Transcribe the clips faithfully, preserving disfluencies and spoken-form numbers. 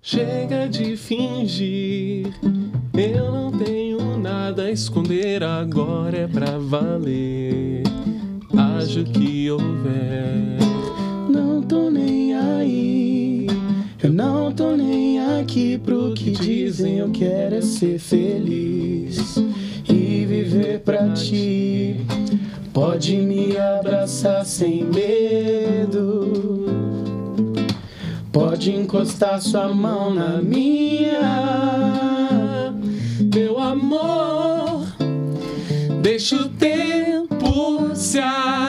Chega de fingir, eu não tenho nada a esconder, agora é pra valer. Haja o que houver, não tô nem aí, eu não tô nem aqui pro que dizem, eu quero é ser feliz e viver pra ti. Pode me abraçar sem medo, pode encostar sua mão na minha. Meu amor, deixa o tempo se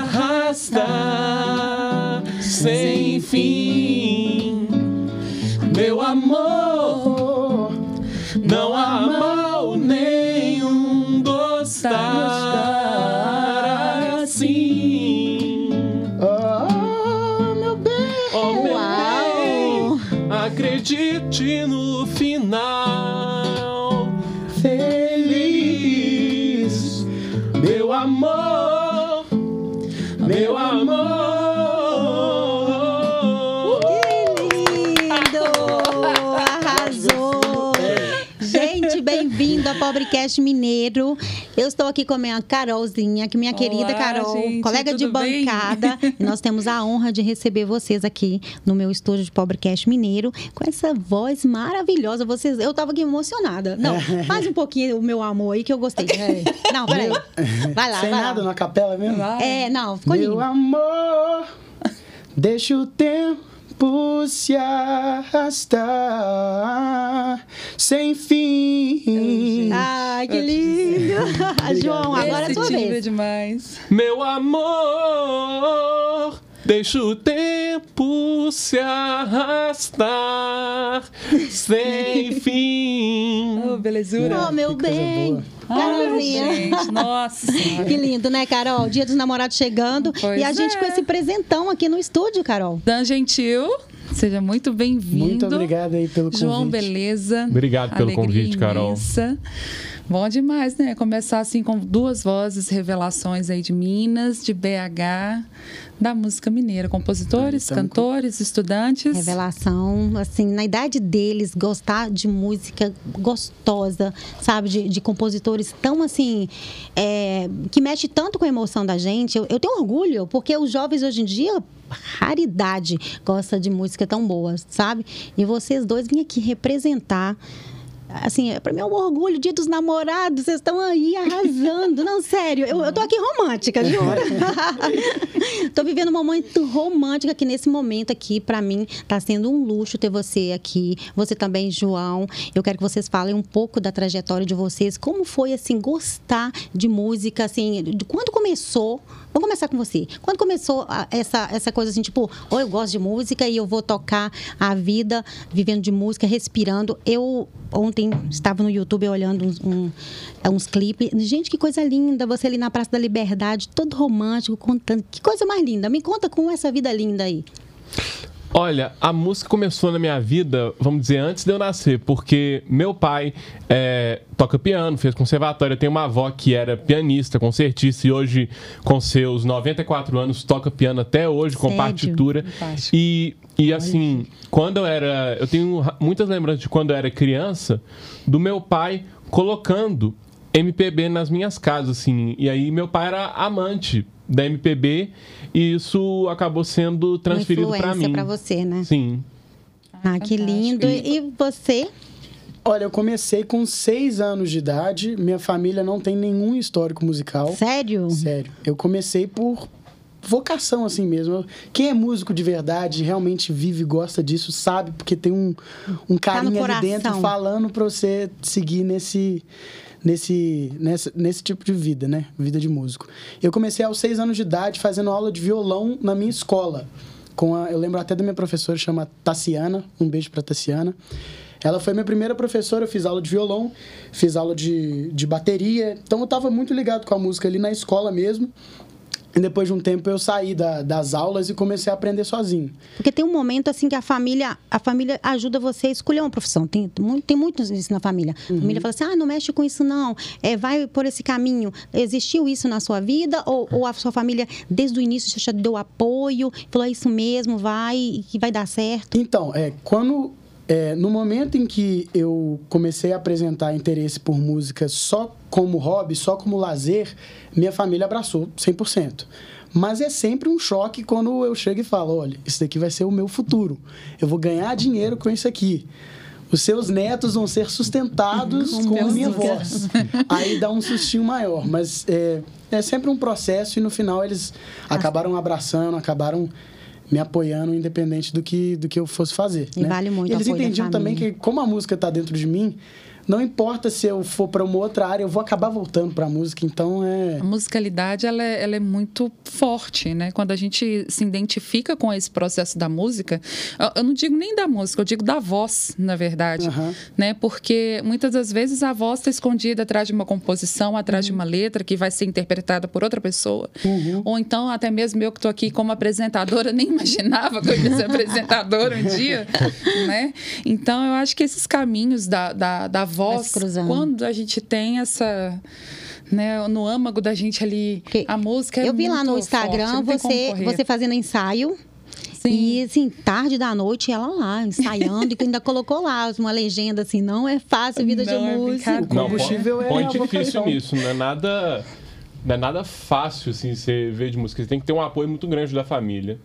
arrastar sem fim. Meu amor, não há mal nenhum gostar assim. Oh, meu bem, oh, meu Uau. bem, acredite no final. Feliz, Meu amor, meu amor. Bem-vindo ao Pobrecast Mineiro. Eu estou aqui com a minha Carolzinha, que minha Olá, querida Carol, gente, colega de bancada. E nós temos a honra de receber vocês aqui no meu estúdio de Pobrecast Mineiro, com essa voz maravilhosa. Vocês, eu estava aqui emocionada. Não, faz um pouquinho o meu amor aí que eu gostei. É. Não, peraí. Vai lá, sem vai nada lá. na capela mesmo? É, não, ficou Meu lindo. amor, deixa o tempo se arrastar sem fim. Ai, que lindo. João, agora é a Esse sua timbre é vez. demais. Meu amor, deixa o tempo se arrastar sem fim. Oh, belezura. Oh, meu Que coisa bem. boa. Ai, Carolzinha. gente, nossa senhora. Que lindo, né, Carol? Dia dos Namorados chegando. Pois e a gente é. com esse presentão aqui no estúdio, Carol. Dan Gentil, seja muito bem-vindo. Muito obrigado aí pelo convite. João Beleza. Obrigado pelo Alegria convite, Carol. imensa. Bom demais, né? Começar assim com duas vozes, revelações aí de Minas, de B H, da música mineira. Compositores, Ah, então, cantores, estudantes. Revelação, assim, na idade deles, gostar de música gostosa, sabe? De, de compositores tão, assim, é, que mexe tanto com a emoção da gente. Eu, eu tenho orgulho, porque os jovens hoje em dia, raridade, gosta de música tão boa, sabe? E vocês dois vêm aqui representar. Assim, para mim é um orgulho, Dia dos Namorados, vocês estão aí arrasando. Não, sério, eu, eu tô aqui romântica, viu? Tô vivendo um momento romântico aqui nesse momento aqui. Para mim, tá sendo um luxo ter você aqui. Você também, João. Eu quero que vocês falem um pouco da trajetória de vocês. Como foi, assim, gostar de música, assim, de quando começou? Vamos começar com você. Quando começou a, essa, essa coisa assim, tipo, ou eu gosto de música e eu vou tocar a vida vivendo de música, respirando. Eu ontem estava no YouTube olhando uns, um, uns clipes. Gente, que coisa linda. Você ali na Praça da Liberdade, todo romântico, contando. Que coisa mais linda. Me conta com essa vida linda aí. Olha, a música começou na minha vida, vamos dizer, antes de eu nascer, porque meu pai é, toca piano, fez conservatório. Eu tenho uma avó que era pianista, concertista, e hoje, com seus noventa e quatro anos, toca piano até hoje, com Sério? partitura. Fantástico. E, e assim, quando eu era... Eu tenho muitas lembranças de quando eu era criança, do meu pai colocando M P B nas minhas casas, assim. E aí, meu pai era amante da M P B e isso acabou sendo transferido para mim. Para você, né? Sim. Ah, que lindo. E você? Olha, eu comecei com seis anos de idade. Minha família não tem nenhum histórico musical. Sério? Sério. Eu comecei por vocação, assim mesmo. Quem é músico de verdade, realmente vive e gosta disso, sabe, porque tem um, um carinho ali dentro falando pra você seguir nesse... Nesse, nesse, nesse tipo de vida, né? Vida de músico. Eu comecei aos seis anos de idade fazendo aula de violão na minha escola. Com a, eu lembro até da minha professora, chama Tassiana. Um beijo pra Tassiana. Ela foi minha primeira professora, eu fiz aula de violão, fiz aula de, de bateria. Então eu estava muito ligado com a música ali na escola mesmo. E depois de um tempo eu saí da, das aulas e comecei a aprender sozinho. Porque tem um momento assim que a família, a família ajuda você a escolher uma profissão. Tem, tem muito isso na família. A Uhum. família fala assim, ah, não mexe com isso não, é, vai por esse caminho. Existiu isso na sua vida? Ou, ou a sua família, desde o início, já deu apoio, falou, é isso mesmo, vai, que vai dar certo? Então, é, quando É, no momento em que eu comecei a apresentar interesse por música só como hobby, só como lazer, minha família abraçou cem por cento. Mas é sempre um choque quando eu chego e falo, olha, isso daqui vai ser o meu futuro. Eu vou ganhar dinheiro com isso aqui. Os seus netos vão ser sustentados com, com a minha voz. Aí dá um sustinho maior. Mas é, é sempre um processo e no final eles acabaram abraçando, acabaram me apoiando, independente do que, do que eu fosse fazer. E né? vale muito e eles o apoio entendiam da também família. que, como a música está dentro de mim, não importa se eu for para uma outra área, eu vou acabar voltando para a música, então é... A musicalidade, ela é, ela é muito forte, né? Quando a gente se identifica com esse processo da música, eu, eu não digo nem da música, eu digo da voz, na verdade, Uhum. né? Porque muitas das vezes a voz está escondida atrás de uma composição, atrás Uhum. de uma letra que vai ser interpretada por outra pessoa. Uhum. Ou então, até mesmo eu que estou aqui como apresentadora, nem imaginava que eu ia ser apresentadora um dia, né? Então, eu acho que esses caminhos da, da, da voz, quando a gente tem essa, né, no âmago da gente ali, Porque a música é eu vi lá no muito Instagram forte, não tem como você, correr. você fazendo ensaio. Sim. E, assim, tarde da noite, ela lá, ensaiando, e ainda colocou lá uma legenda assim, não é fácil vida Não, de é música. brincadeira. O Não, combustível é põe a difícil vocação. nisso, não é nada, não é nada fácil, assim, você ver de música. Você tem que ter um apoio muito grande da família.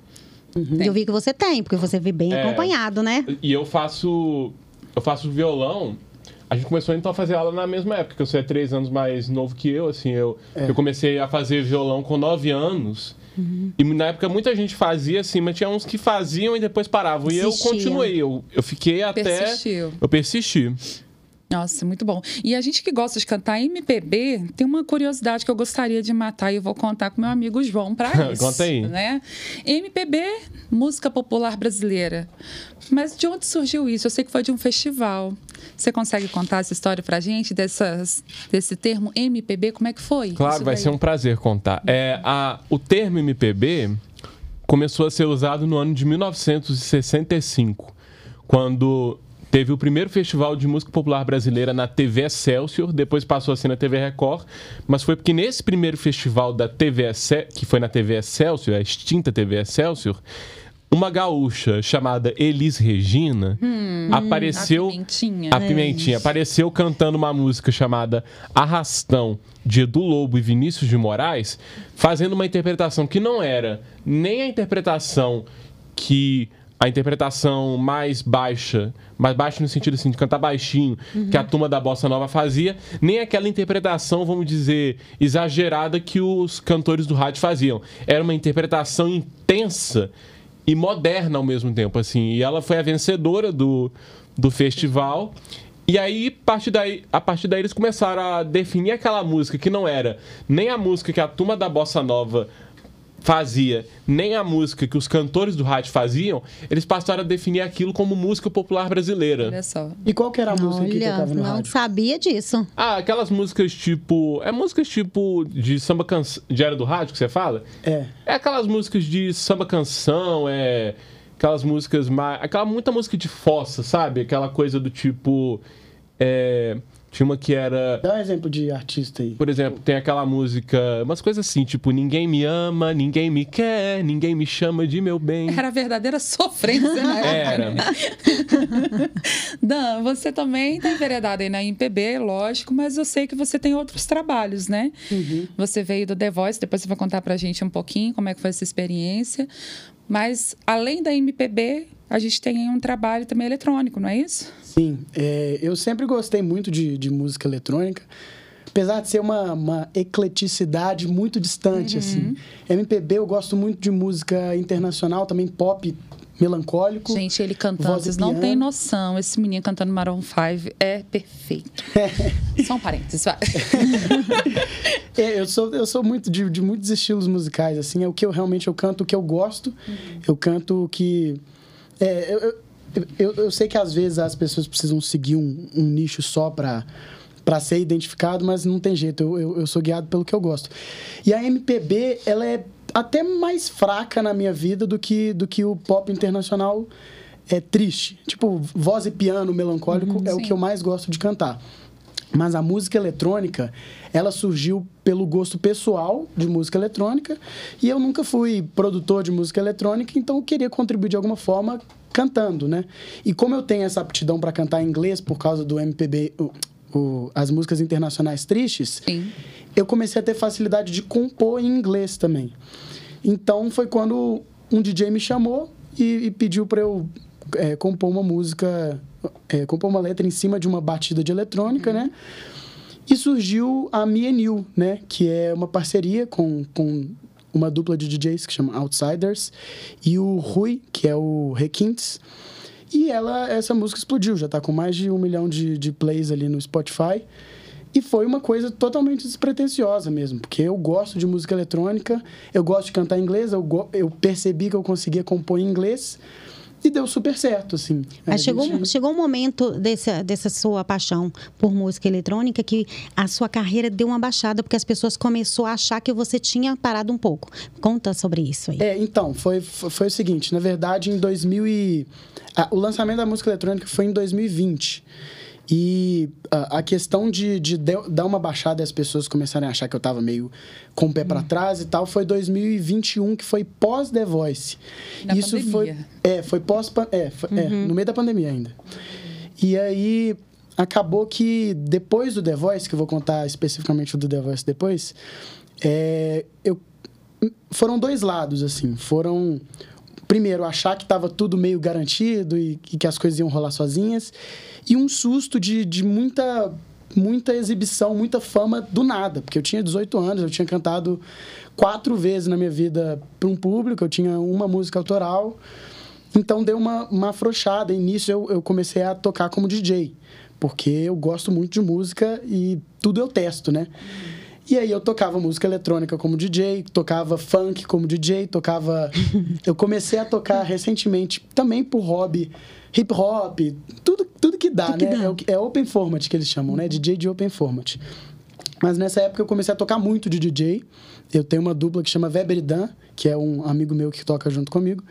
E eu vi que você tem, porque você vê bem É. acompanhado, né? E eu faço, eu faço violão. A gente começou então a fazer aula na mesma época, que você é três anos mais novo que eu, assim, eu, É. eu comecei a fazer violão com nove anos. Uhum. E na época muita gente fazia assim, mas tinha uns que faziam e depois paravam. E eu Persistia. continuei, eu, eu fiquei até... Persistiu. Eu persisti. Nossa, muito bom. E a gente que gosta de cantar M P B, tem uma curiosidade que eu gostaria de matar e eu vou contar com meu amigo João para isso. Conta aí. Né? M P B, música popular brasileira. Mas de onde surgiu isso? Eu sei que foi de um festival. Você consegue contar essa história pra gente, dessas, desse termo M P B? Como é que foi? Claro, isso vai daí? ser um prazer contar. É, a, o termo M P B começou a ser usado no ano de mil novecentos e sessenta e cinco, quando teve o primeiro festival de música popular brasileira na T V Excelsior, depois passou a ser na T V Record, mas foi porque nesse primeiro festival da T V Excelsior, que foi na T V Excelsior, a extinta T V Excelsior, uma gaúcha chamada Elis Regina hum, apareceu... A Pimentinha. A Pimentinha. Apareceu cantando uma música chamada Arrastão, de Edu Lobo e Vinícius de Moraes, fazendo uma interpretação que não era nem a interpretação que... a interpretação mais baixa, mais baixa no sentido assim, de cantar baixinho, uhum. que a turma da Bossa Nova fazia, nem aquela interpretação, vamos dizer, exagerada que os cantores do rádio faziam. Era uma interpretação intensa e moderna ao mesmo tempo, assim. E ela foi a vencedora do, do festival. E aí, a partir daí, a partir daí, eles começaram a definir aquela música que não era nem a música que a turma da Bossa Nova fazia, nem a música que os cantores do rádio faziam, eles passaram a definir aquilo como música popular brasileira. Olha só. E qual que era a música que Olha, tocava no não rádio? sabia disso. Ah, aquelas músicas tipo... É músicas tipo de samba canção... De era do rádio que você fala? É. É aquelas músicas de samba canção, é... Aquelas músicas mais... Aquela muita música de fossa, sabe? Aquela coisa do tipo... É... Tinha uma que era... Dá um exemplo de artista aí. Por exemplo, tem aquela música... Umas coisas assim, tipo... Ninguém me ama, ninguém me quer, ninguém me chama de meu bem. Era a verdadeira sofrência, né? Era. Dan, você também está enveredada aí na M P B, lógico, mas eu sei que você tem outros trabalhos, né? Uhum. Você veio do The Voice, depois você vai contar pra gente um pouquinho como é que foi essa experiência. Mas, além da M P B, a gente tem um trabalho também eletrônico, não é isso? Sim, é, eu sempre gostei muito de, de música eletrônica, apesar de ser uma, uma ecleticidade muito distante, uhum. assim. M P B, eu gosto muito de música internacional, também pop melancólico. Gente, ele cantando, vocês não têm noção, esse menino cantando Maroon cinco é perfeito. Só um parênteses, vai. É, eu sou, eu sou muito de, de muitos estilos musicais, assim, é o que eu realmente eu canto, o que eu gosto, uhum. eu canto o que... É, eu, eu, Eu, eu sei que às vezes as pessoas precisam seguir um, um nicho só para para ser identificado, mas não tem jeito, eu, eu, eu sou guiado pelo que eu gosto. E a M P B, ela é até mais fraca na minha vida do que, do que o pop internacional é triste. Tipo, voz e piano melancólico uhum, é sim. o que eu mais gosto de cantar. Mas a música eletrônica, ela surgiu pelo gosto pessoal de música eletrônica, e eu nunca fui produtor de música eletrônica, então eu queria contribuir de alguma forma cantando, né? E como eu tenho essa aptidão para cantar em inglês por causa do M P B, o, o, as músicas internacionais tristes, Sim. eu comecei a ter facilidade de compor em inglês também. Então foi quando um D J me chamou e, e pediu para eu é, compor uma música, é, compor uma letra em cima de uma batida de eletrônica, uhum. né? E surgiu a Me and You, né? Que é uma parceria com, com uma dupla de D Js que chama Outsiders, e o Rui, que é o Requintes. E ela, essa música explodiu, já está com mais de um milhão de, de plays ali no Spotify. E foi uma coisa totalmente despretensiosa mesmo, porque eu gosto de música eletrônica, eu gosto de cantar em inglês, eu, go- eu percebi que eu conseguia compor em inglês, e deu super certo, assim. Mas chegou, gente... chegou um momento desse, dessa sua paixão por música eletrônica que a sua carreira deu uma baixada, porque as pessoas começaram a achar que você tinha parado um pouco. Conta sobre isso aí. É, então, foi, foi, foi o seguinte, na verdade, em dois mil e... Ah, o lançamento da música eletrônica foi em dois mil e vinte. E a, a questão de, de, de dar uma baixada e as pessoas começarem a achar que eu estava meio com o pé hum. para trás e tal, foi dois mil e vinte e um, que foi pós-The Voice. Na Isso pandemia. foi É, foi pós... É, foi, uhum. é, no meio da pandemia ainda. E aí, acabou que depois do The Voice, que eu vou contar especificamente do The Voice depois, é, eu, foram dois lados, assim. Foram... Primeiro, achar que estava tudo meio garantido e, e que as coisas iam rolar sozinhas. E um susto de, de muita, muita exibição, muita fama do nada. Porque eu tinha dezoito anos, eu tinha cantado quatro vezes na minha vida para um público, eu tinha uma música autoral. Então, deu uma, uma afrouxada. E nisso, eu, eu comecei a tocar como D J. Porque eu gosto muito de música e tudo eu testo, né? E aí eu tocava música eletrônica como D J, tocava funk como D J, tocava... Eu comecei a tocar recentemente, também por hobby, hip hop, tudo, tudo que dá, tudo né? Que dá. É, é open format que eles chamam, né? D J de open format. Mas nessa época eu comecei a tocar muito de D J. Eu tenho uma dupla que chama Weber e Dan, que é um amigo meu que toca junto comigo.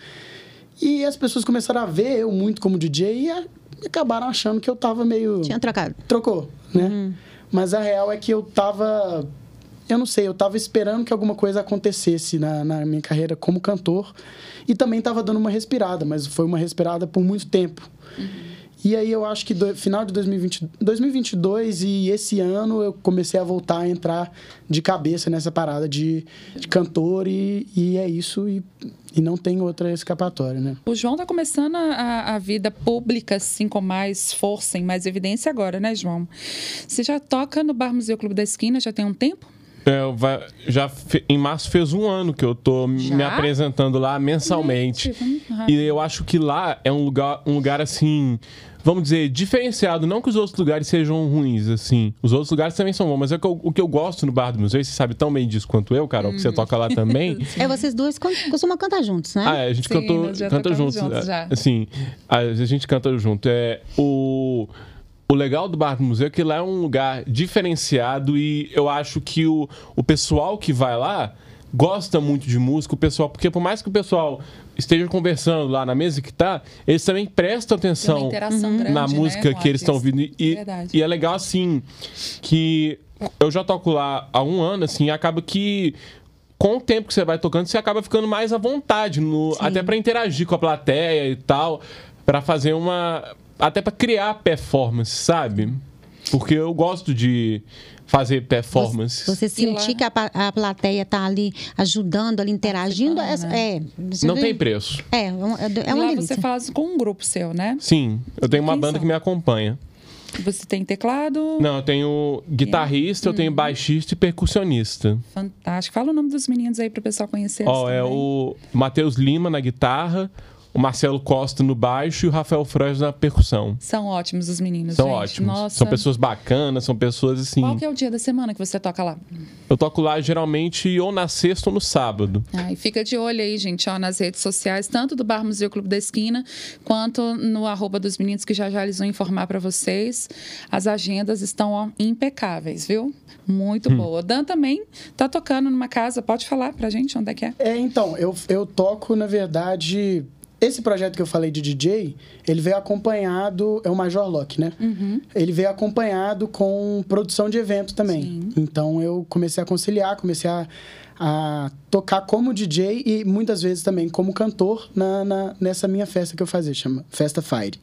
E as pessoas começaram a ver eu muito como D J e a, acabaram achando que eu tava meio... Tinha trocado. Trocou, né? Uhum. Mas a real é que eu tava... Eu não sei, eu tava esperando que alguma coisa acontecesse na, na minha carreira como cantor. E também tava dando uma respirada, mas foi uma respirada por muito tempo. Uhum. E aí eu acho que no final de dois mil e vinte, dois mil e vinte e dois e esse ano eu comecei a voltar a entrar de cabeça nessa parada de, de cantor e, e é isso. E, e não tem outra escapatória, né? O João tá começando a, a vida pública, assim, com mais força, em mais evidência agora, né, João? Você já toca no Bar Museu Clube da Esquina, já tem um tempo? É, vai, já fe, em março fez um ano que eu tô já? me apresentando lá mensalmente. Gente, e eu acho que lá é um lugar, um lugar assim, vamos dizer, diferenciado. Não que os outros lugares sejam ruins, assim. Os outros lugares também são bons, mas é que eu, o que eu gosto no Bar do Museu, você sabe tão bem disso quanto eu, Carol, hum. que você toca lá também. É, vocês dois costumam cantar juntos, né? Ah, é, a gente Sim, cantou, canta juntos. juntos já. Assim, a gente canta junto. É, o... O legal do Bar do Museu é que lá é um lugar diferenciado e eu acho que o, o pessoal que vai lá gosta muito de música, o pessoal, porque por mais que o pessoal esteja conversando lá na mesa que tá, eles também prestam atenção grande, na música né, que eles estão ouvindo. E, e é legal, assim, que eu já toco lá há um ano, assim, e acaba que com o tempo que você vai tocando, você acaba ficando mais à vontade, no, até para interagir com a plateia e tal, para fazer uma... Até para criar performance, sabe? Porque eu gosto de fazer performance. Você, você sentir que a, a plateia tá ali ajudando, ali interagindo, é, é, não vê? tem preço. É, é uma e lá delícia. Você faz com um grupo seu, né? Sim, eu tenho uma banda são? que me acompanha. Você tem teclado? Não, eu tenho guitarrista, é. eu tenho baixista e percussionista. Fantástico. Fala o nome dos meninos aí para o pessoal conhecer. Ó, é o Matheus Lima na guitarra, o Marcelo Costa no baixo e o Rafael Freud na percussão. São ótimos os meninos, São gente. ótimos. Nossa. São pessoas bacanas, são pessoas assim... Qual que é o dia da semana que você toca lá? Eu toco lá geralmente ou na sexta ou no sábado. Ah, e fica de olho aí, gente, ó, nas redes sociais, tanto do Bar Museu Clube da Esquina, quanto no arroba dos meninos, que já já eles vão informar para vocês. As agendas estão ó, impecáveis, viu? Muito hum. boa. O Dan também tá tocando numa casa, pode falar pra gente onde é que é? É, então, eu, eu toco, na verdade... esse projeto que eu falei de D J, ele veio acompanhado... É o Major Lock, né? Uhum. Ele veio acompanhado com produção de evento também. Sim. Então, eu comecei a conciliar, comecei a, a tocar como D J e muitas vezes também como cantor na, na, nessa minha festa que eu fazia, chama Festa Fire.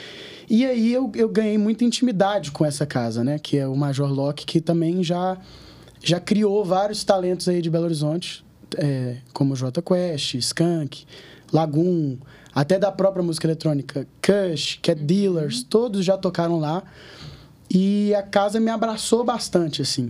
E aí, eu, eu ganhei muita intimidade com essa casa, né? Que é o Major Lock, que também já, já criou vários talentos aí de Belo Horizonte, é, como Jota Quest, Skank... Lagoon, até da própria música eletrônica, Kush, Cat Dealers, uhum. todos já tocaram lá. E a casa me abraçou bastante, assim.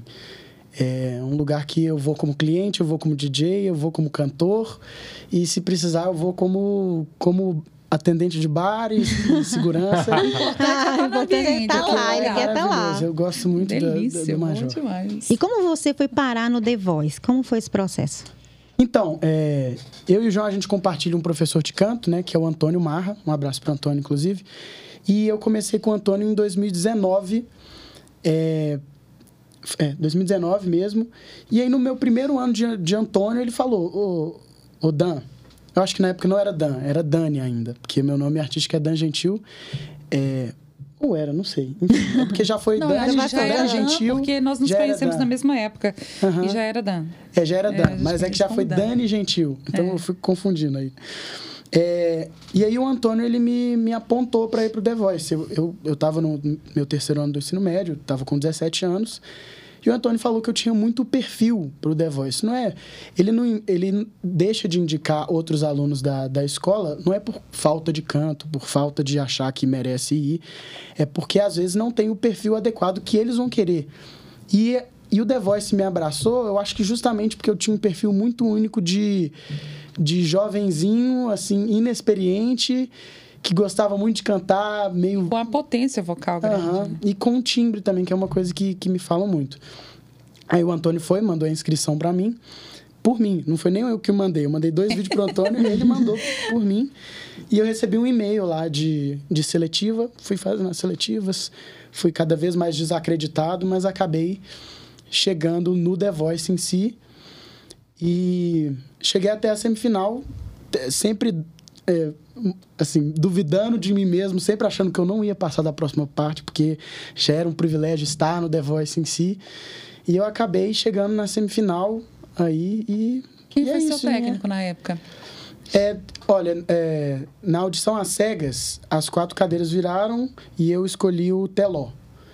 É um lugar que eu vou como cliente, eu vou como D J, eu vou como cantor. E se precisar, eu vou como, como atendente de bar e segurança. O importante é estar lá, ele quer estar lá. Eu gosto muito Delícia, do, do Major. Demais. E como você foi parar no The Voice? Como foi esse processo? Então, é, eu e o João, a gente compartilha um professor de canto, né? Que é o Antônio Marra. Um abraço para o Antônio, inclusive. E eu comecei com o Antônio em dois mil e dezenove. É, é, dois mil e dezenove mesmo. E aí, no meu primeiro ano de, de Antônio, ele falou... Ô, ô, Dan... Eu acho que na época não era Dan, era Dani ainda. Porque meu nome artístico é Dan Gentil. É... Ou era, não sei. Enfim, é porque já foi não, Dan, já, já era Dan Gentil. Porque nós nos conhecemos na mesma época. Uhum. E já era Dan. É, já era Dan. É, mas é que já foi Dan. Dani Gentil. Então é. eu fui confundindo aí. É, e aí o Antônio, ele me, me apontou para ir pro The Voice. Eu, eu, eu tava no meu terceiro ano do ensino médio, tava com dezessete anos. E o Antônio falou que eu tinha muito perfil pro The Voice. Não é, ele, não, ele deixa de indicar outros alunos da, da escola, não é por falta de canto, por falta de achar que merece ir, é porque às vezes não tem o perfil adequado que eles vão querer. E, e o The Voice me abraçou, eu acho que justamente porque eu tinha um perfil muito único de, de jovenzinho, assim, inexperiente, que gostava muito de cantar, meio... Com a potência vocal grande. Uhum. E com um timbre também, que é uma coisa que, que me falam muito. Aí o Antônio foi, mandou a inscrição pra mim, por mim. Não foi nem eu que mandei, eu mandei dois vídeos pro Antônio e ele mandou por mim. E eu recebi um e-mail lá de, de seletiva, fui fazendo as seletivas, fui cada vez mais desacreditado, mas acabei chegando no The Voice em si. E cheguei até a semifinal, sempre... É, assim, duvidando de mim mesmo, sempre achando que eu não ia passar da próxima parte, porque já era um privilégio estar no The Voice em si. E eu acabei chegando na semifinal aí e... Quem e foi é seu isso, técnico né? na época? É, olha, é, na audição às cegas, as quatro cadeiras viraram e eu escolhi o Teló.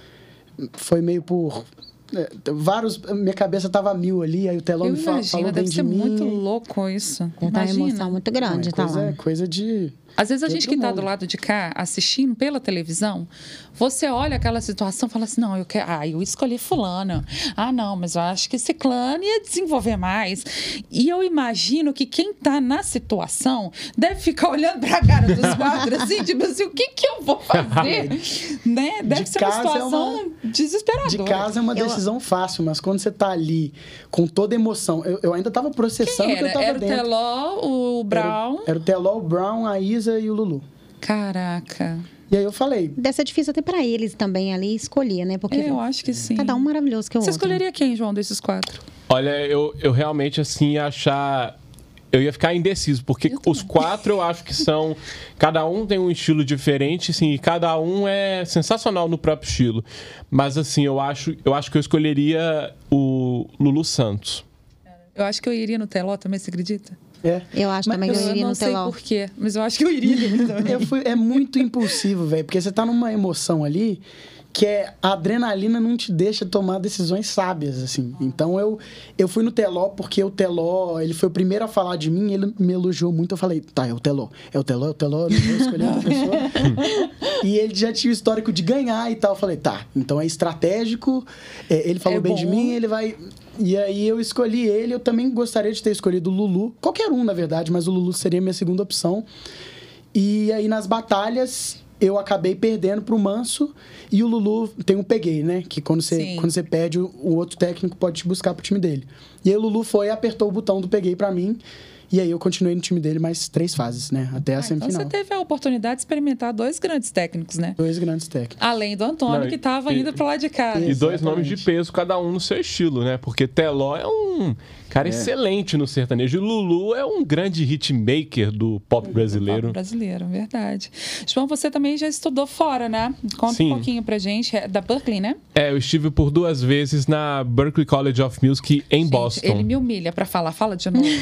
Foi meio por... É, vários, minha cabeça tava mil ali, aí o Teló eu me fala, imagino, falou bem deve de ser mim. Muito louco isso. Deve uma emoção muito grande, não, é tá coisa, lá. coisa de... Às vezes a gente que está mundo. do lado de cá, assistindo pela televisão, você olha aquela situação e fala assim, não, eu quero, ah, eu escolhi fulano. Ah, não, mas eu acho que ciclano ia desenvolver mais. E eu imagino que quem está na situação deve ficar olhando para a cara dos quatro assim, tipo assim, o que, que eu vou fazer? Né? Deve de ser uma situação é uma, desesperadora. De casa é uma decisão eu... fácil, mas quando você está ali com toda emoção, eu, eu ainda estava processando quem que eu estava dentro. Era o Teló, o Brown? Era, era o Teló, o Brown, a Isa e o Lulu. Caraca. E aí eu falei... Deve ser difícil até pra eles também ali escolher, né? Porque eu acho que sim. Cada um maravilhoso que o Você outro. Você escolheria quem, João, desses quatro? Olha, eu, eu realmente, assim, ia achar... Eu ia ficar indeciso, porque os quatro eu acho que são... Cada um tem um estilo diferente, assim, e cada um é sensacional no próprio estilo. Mas, assim, eu acho, eu acho que eu escolheria o Lulu Santos. Eu acho que eu iria no Teló também, você acredita? É. Eu acho mas também que eu iria no Teló. Eu não sei por quê, mas eu acho que eu iria também. Eu fui, é muito impulsivo, velho, porque você tá numa emoção ali que é, a adrenalina não te deixa tomar decisões sábias, assim. Então, eu, eu fui no Teló porque o Teló, ele foi o primeiro a falar de mim, ele me elogiou muito. Eu falei, tá, é o Teló, é o Teló, é o Teló, não vou escolher outra pessoa. E ele já tinha o histórico de ganhar e tal. Eu falei, tá, então é estratégico, é, ele falou é bem bom. de mim, ele vai... E aí eu escolhi ele, eu também gostaria de ter escolhido o Lulu, qualquer um, na verdade, mas o Lulu seria a minha segunda opção. E aí nas batalhas... eu acabei perdendo pro Manso e o Lulu tem um peguei, né? Que quando você, quando você perde, o, o outro técnico pode te buscar pro time dele. E aí o Lulu foi e apertou o botão do peguei pra mim. E aí eu continuei no time dele mais três fases, né? Até a ah, semifinal. Então você teve a oportunidade de experimentar dois grandes técnicos, né? Dois grandes técnicos. Além do Antônio, Não, que estava indo pro lado de cá. E dois nomes de peso, cada um no seu estilo, né? Porque Teló é um cara é. excelente no sertanejo. E Lulu é um grande hitmaker do pop brasileiro. Do pop brasileiro, verdade. João, você também já estudou fora, né? Conta Sim. um pouquinho pra gente. É da Berklee, né? É, eu estive por duas vezes na Berklee College of Music em gente, Boston. Ele me humilha pra falar. Fala de novo.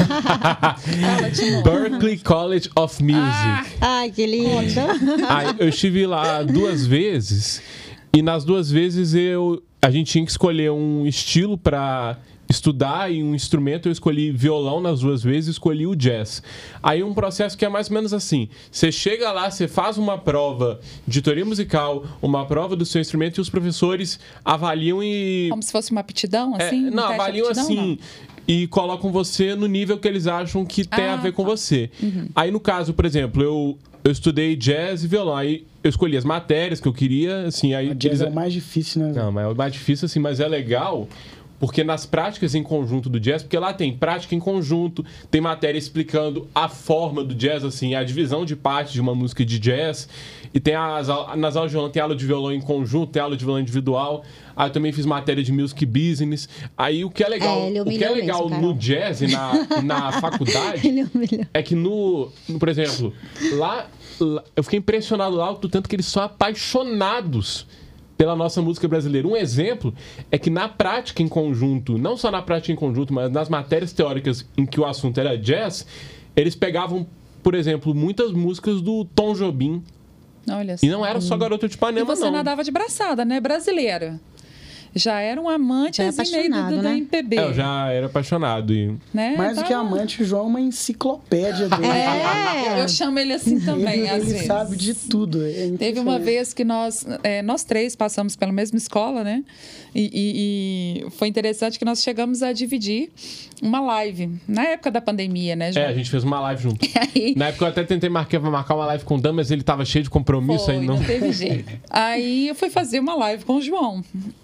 Fala de novo. Berklee College of Music. Ah, ai, que lindo. Aí, eu estive lá duas vezes e nas duas vezes eu, a gente tinha que escolher um estilo pra estudar e um instrumento. Eu escolhi violão nas duas vezes e escolhi o jazz. Aí um processo que é mais ou menos assim. Você chega lá, você faz uma prova de teoria musical, uma prova do seu instrumento e os professores avaliam e... Como se fosse uma aptidão, assim? É, não, um avaliam aptidão, assim... Não. E colocam você no nível que eles acham que tem ah, a ver com tá. você. Uhum. Aí, no caso, por exemplo, eu, eu estudei jazz e violão. Aí eu escolhi as matérias que eu queria, assim... Aí o jazz eles... é o mais difícil, né? Não, mas é o mais difícil, assim, mas é legal... Porque nas práticas em conjunto do jazz, porque lá tem prática em conjunto, tem matéria explicando a forma do jazz, assim, a divisão de partes de uma música de jazz, e tem as, nas aulas de violão, tem aula de violão em conjunto, tem aula de violão individual. Aí eu também fiz matéria de music business. Aí o que é legal, é, o que é legal mesmo, no jazz e na, na faculdade é que no, no, por exemplo, lá, lá eu fiquei impressionado lá do tanto que eles são apaixonados pela nossa música brasileira. Um exemplo é que na prática em conjunto, não só na prática em conjunto, mas nas matérias teóricas em que o assunto era jazz, eles pegavam, por exemplo, muitas músicas do Tom Jobim. Olha e não era só Garota de Ipanema, não. E você não. nadava de braçada, né? Brasileira. Já era um amante é apaixonado, do, né? do M P B. É, eu já era apaixonado. E... Né? Mais do tá... que amante, o João é uma enciclopédia dele. É, eu chamo ele assim também, ele, às ele vezes. sabe de tudo. É Teve uma vez que nós, é, nós três passamos pela mesma escola, né? E, e, e foi interessante que nós chegamos a dividir uma live. Na época da pandemia, né, João? É, a gente fez uma live junto. Aí... Na época eu até tentei marcar, marcar uma live com o Dan, mas ele tava cheio de compromisso. Foi, aí não... não teve jeito. Aí eu fui fazer uma live com o João.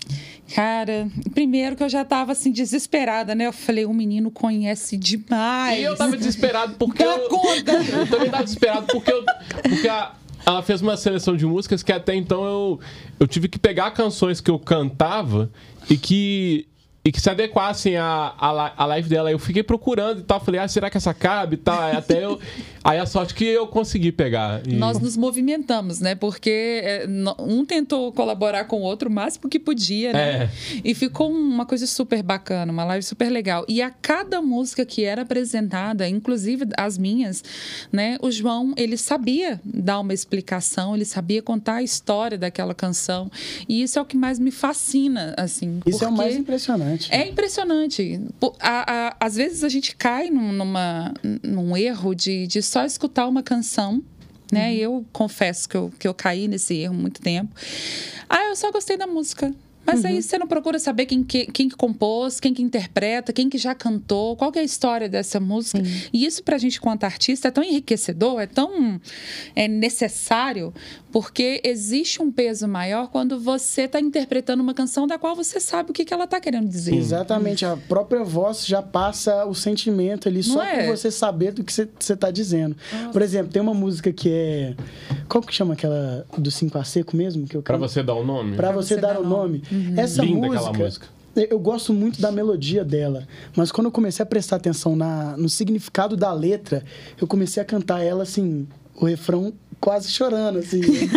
Cara, primeiro que eu já tava assim, desesperada, né? Eu falei, o menino conhece demais. E eu tava desesperado porque. Dá eu, conta! Eu também tava desesperado porque eu. Porque a, ela fez uma seleção de músicas que até então eu, eu tive que pegar canções que eu cantava e que. E que se adequassem à, à, à live dela. Eu fiquei procurando e tal. Falei, ah, será que essa cabe e tal? Aí até eu... Aí a sorte que eu consegui pegar. E... Nós nos movimentamos, né? Porque um tentou colaborar com o outro o máximo que podia, né? É. E ficou uma coisa super bacana, uma live super legal. E a cada música que era apresentada, inclusive as minhas, né? O João, ele sabia dar uma explicação, ele sabia contar a história daquela canção. E isso é o que mais me fascina, assim. Isso porque... é o mais impressionante. É impressionante. A, a, às vezes a gente cai num, numa, num erro de, de só escutar uma canção, né? Uhum. Eu confesso que eu, que eu caí nesse erro há muito tempo. Ah, eu só gostei da música. Mas uhum. aí você não procura saber quem que, quem que compôs, quem que interpreta, quem que já cantou, qual que é a história dessa música. Sim. E isso pra gente, quanto artista, é tão enriquecedor, é tão é, necessário, porque existe um peso maior quando você está interpretando uma canção da qual você sabe o que, que ela está querendo dizer. Exatamente. A própria voz já passa o sentimento ali, não só é? por você saber do que você está dizendo. Nossa. Por exemplo, tem uma música que é... Qual que chama aquela do cinco a seco mesmo? Que eu Pra você dar o nome? Pra, pra você, você dar, dar o nome. nome. Uhum. Essa Linda música, aquela música. Eu gosto muito da melodia dela, mas quando eu comecei a prestar atenção na, no significado da letra, eu comecei a cantar ela assim, o refrão quase chorando, assim.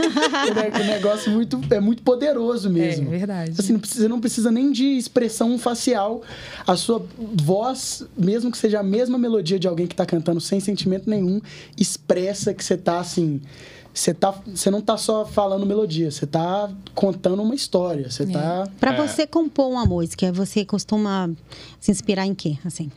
O negócio muito, é muito poderoso mesmo. É verdade. Assim, não precisa, não precisa nem de expressão facial. A sua voz, mesmo que seja a mesma melodia de alguém que está cantando sem sentimento nenhum, expressa que você está assim... Você, tá, você não tá só falando melodia, você tá contando uma história. Você é. tá... Pra é. você compor uma música, você costuma se inspirar em quê, assim?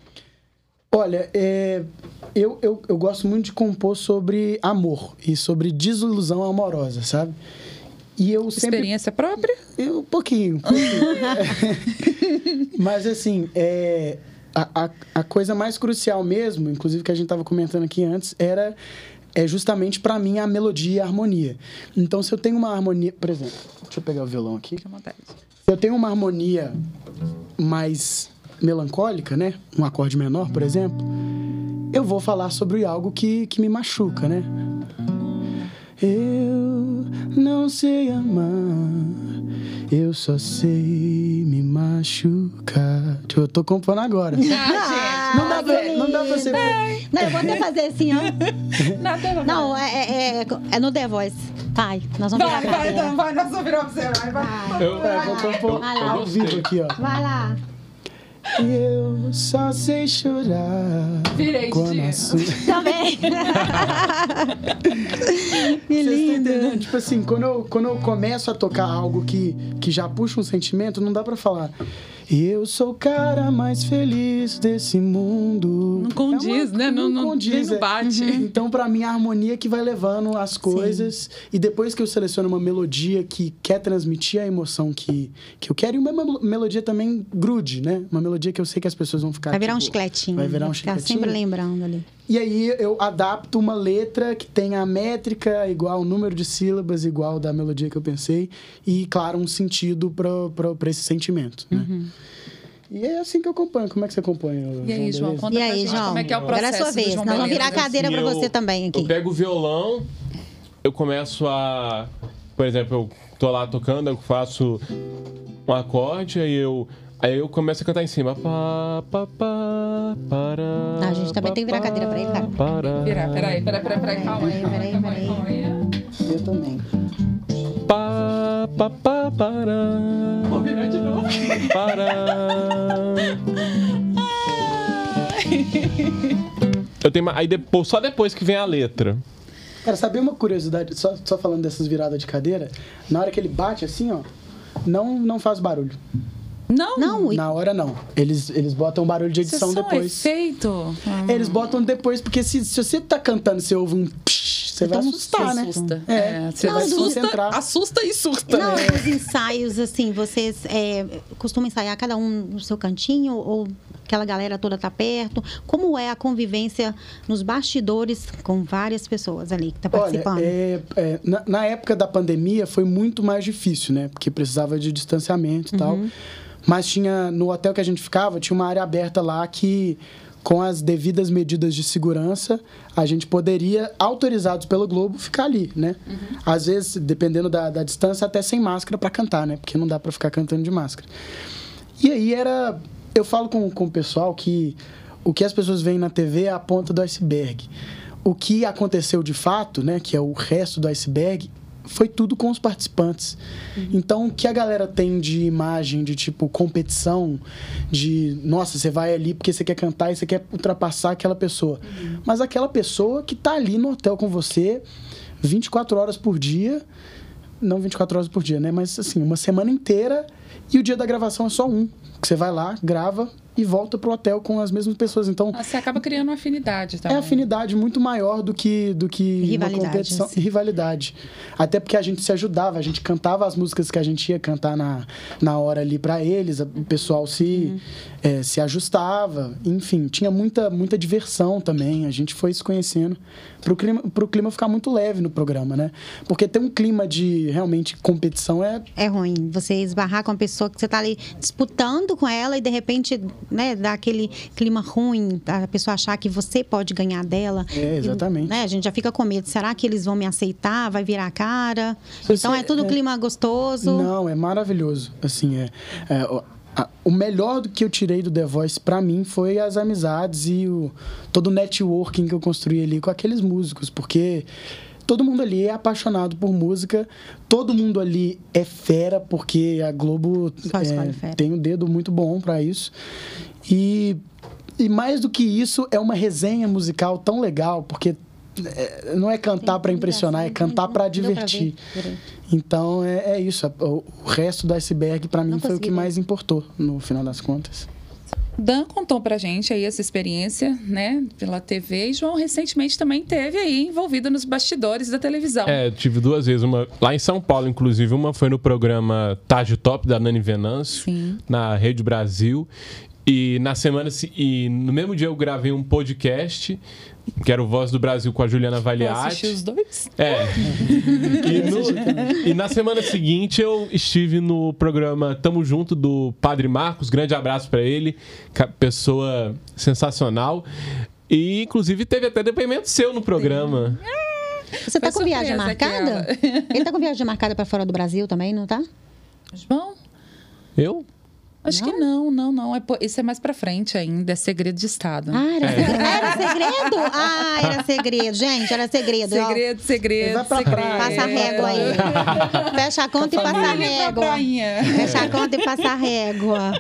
Olha, é, eu, eu, eu gosto muito de compor sobre amor e sobre desilusão amorosa, sabe? E eu sempre... Experiência própria? Eu, um pouquinho. Um pouquinho. Mas, assim, é, a, a, a coisa mais crucial mesmo, inclusive que a gente tava comentando aqui antes, era... é justamente, para mim, a melodia e a harmonia. Então, se eu tenho uma harmonia... Por exemplo, deixa eu pegar o violão aqui. Se eu tenho uma harmonia mais melancólica, né? Um acorde menor, por exemplo, eu vou falar sobre algo que, que me machuca, né? Eu não sei amar, eu só sei me machucar. Tipo, eu tô compondo agora. Ah, gente, não, dá pra, não dá pra ser... Não, eu vou até fazer assim, ó. Não, não é, é, é no The Voice. Vai, nós vamos vai, virar vai, então, vai, nós vamos virar pra você. Vai, vai. Eu, é, vou compor ao vivo aqui, ó. Vai lá. Eu só sei chorar. Virei de assunto... Também. Que lindo. Tipo assim, quando eu, quando eu começo a tocar algo que, que já puxa um sentimento, não dá pra falar. Eu sou o cara mais feliz desse mundo. Não condiz, é uma, né? Não, não condiz. Não bate. É. Então, pra mim, a harmonia que vai levando as coisas. Sim. E depois que eu seleciono uma melodia que quer transmitir a emoção que, que eu quero, e uma melodia também grude, né? Uma melodia que eu sei que as pessoas vão ficar... Vai virar tipo, um chicletinho. Vai virar um vai ficar chicletinho. sempre lembrando ali. E aí eu adapto uma letra que tenha a métrica igual, o número de sílabas igual da melodia que eu pensei. E, claro, um sentido para esse sentimento, né? Uhum. E é assim que eu acompanho. Como é que você acompanha? E aí, João? Conta e aí, João? Como é que é o processo? Agora é a sua vez. Nós vamos virar a cadeira assim, para você também aqui. Eu pego o violão, eu começo a... Por exemplo, eu tô lá tocando, eu faço um acorde, aí eu... Aí eu começo a cantar em cima. Pá, pá, pá, para, ah, a gente também pá, tem que virar a cadeira pra ele, cara. Para, virar, peraí, peraí, peraí, peraí, calma aí, peraí, peraí, calma aí. Eu também. Pá, pá, pá, para. Vou virar de novo. Para. Eu tenho uma... Aí depois, só depois que vem a letra. Cara, sabe uma curiosidade? Só, só falando dessas viradas de cadeira. Na hora que ele bate assim, ó, não, não faz barulho. Não? Não. Na hora, não. Eles, eles botam barulho de edição Isso é depois. Só um efeito? Eles botam depois, porque se, se você tá cantando e você ouve um psh, você então, vai assustar, né? Assusta. É, é, você não, vai se assusta, concentrar. Assusta e surta. Não, é. os ensaios, assim, vocês é, costumam ensaiar cada um no seu cantinho ou aquela galera toda tá perto? Como é a convivência nos bastidores com várias pessoas ali que tá participando? Olha, é, é, na, na época da pandemia foi muito mais difícil, né? Porque precisava de distanciamento e uhum. tal. Mas tinha, no hotel que a gente ficava, tinha uma área aberta lá que, com as devidas medidas de segurança, a gente poderia, autorizados pelo Globo, ficar ali, né? Uhum. Às vezes, dependendo da, da distância, até sem máscara para cantar, né? Porque não dá para ficar cantando de máscara. E aí era... Eu falo com, com o pessoal que o que as pessoas veem na T V é a ponta do iceberg. O que aconteceu de fato, né? Que é o resto do iceberg, foi tudo com os participantes. Uhum. Então, o que a galera tem de imagem, de tipo competição, de nossa, você vai ali porque você quer cantar e você quer ultrapassar aquela pessoa. Uhum. Mas aquela pessoa que tá ali no hotel com você vinte e quatro horas por dia, não vinte e quatro horas por dia, né? Mas assim, uma semana inteira, e o dia da gravação é só um. Que você vai lá, grava e volta pro hotel com as mesmas pessoas. Então, você acaba criando uma afinidade também. É afinidade muito maior do que, do que rivalidade, uma competição. Assim. Rivalidade. Até porque a gente se ajudava, a gente cantava as músicas que a gente ia cantar na, na hora ali para eles, o pessoal se, uhum. é, se ajustava. Enfim, tinha muita, muita diversão também. A gente foi se conhecendo pro clima, pro clima ficar muito leve no programa, né? Porque ter um clima de realmente competição é... É ruim. Você esbarrar com uma pessoa que você tá ali disputando com ela e de repente... Né, dar aquele clima ruim, a pessoa achar que você pode ganhar dela. É, exatamente. E, né, a gente já fica com medo. Será que eles vão me aceitar? Vai virar a cara? Você, então, é tudo é, clima gostoso? Não, é maravilhoso. Assim, é... é o, a, o melhor do que eu tirei do The Voice, pra mim, foi as amizades e o, todo o networking que eu construí ali com aqueles músicos, porque... Todo mundo ali é apaixonado por música, todo mundo ali é fera, porque a Globo é, tem um dedo muito bom para isso. E, e mais do que isso, é uma resenha musical tão legal, porque é, não é cantar para impressionar, é cantar para divertir. Então, é, é isso. O, o resto do iceberg, para mim, foi o que mais importou, no final das contas. Dan contou pra gente aí essa experiência, né, pela T V, e João recentemente também teve aí envolvido nos bastidores da televisão. É, eu tive duas vezes, uma lá em São Paulo, inclusive, uma foi no programa Tarde Top da Nani Venâncio, Sim. na Rede Brasil, e na semana e no mesmo dia eu gravei um podcast, que era o Voz do Brasil com a Juliana Valiati. Eu assisti os dois. É. E, no, e na semana seguinte eu estive no programa Tamo Junto do Padre Marcos. Grande abraço pra ele. Pessoa sensacional. E inclusive teve até depoimento seu no programa. Você tá Foi com viagem marcada? Aquela. Ele tá com viagem marcada pra fora do Brasil também, não tá? João? Eu? Acho não? que não, não, não. É, isso é mais pra frente ainda, é segredo de Estado. Ah, era, é. segredo? era segredo? Ah, era segredo. Gente, era segredo. Segredo, segredo, Vai pra segredo. praia. Passa a régua aí. Fecha a conta e passa a régua. Fecha a conta e passa a régua.